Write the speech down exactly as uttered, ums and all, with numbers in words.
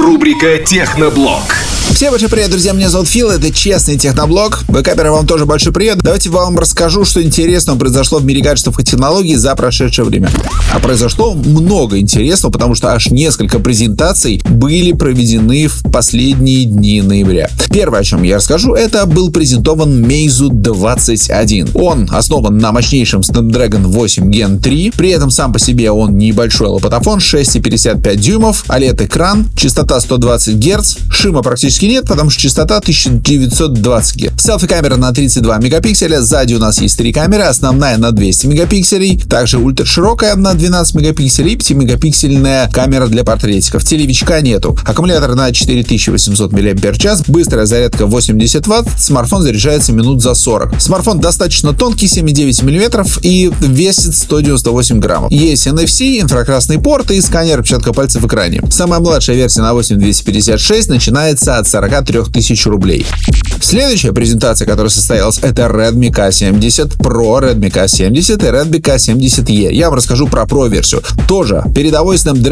Рубрика «Техноблог». Всем большой привет, друзья, меня зовут Фил, это Честный Техноблог. Бэкаперы, вам тоже большой привет. Давайте вам расскажу, что интересного произошло в мире гаджетов и технологий за прошедшее время. А произошло много интересного, потому что аж несколько презентаций были проведены в последние дни ноября. Первое, о чем я расскажу, это был презентован Meizu двадцать один. Он основан на мощнейшем Snapdragon восемь ген три, при этом сам по себе он небольшой лопатофон, шесть целых пятьдесят пять дюймов, о лед-экран, частота сто двадцать герц, шима практически нет, потому что частота тысяча девятьсот двадцать герц. Селфи-камера на тридцать два мегапикселя, сзади у нас есть три камеры, основная на двести мегапикселей, также ультраширокая на двенадцать мегапикселей и пятимегапиксельная камера для портретиков. Телевичка нету. Аккумулятор на четыре тысячи восемьсот мАч, быстрая зарядка восемьдесят ватт, смартфон заряжается минут за сорок. Смартфон достаточно тонкий, семь целых девять десятых миллиметров и весит сто девяносто восемь граммов. Есть эн эф си, инфракрасный порт и сканер отпечатка пальца в экране. Самая младшая версия на восемь двести пятьдесят шесть начинается от сорок три тысячи рублей. Следующая презентация, которая состоялась, это Redmi K семьдесят Pro, Redmi K семьдесят и Redmi K семьдесят E. Я вам расскажу про Pro версию. Тоже передовой Snapdragon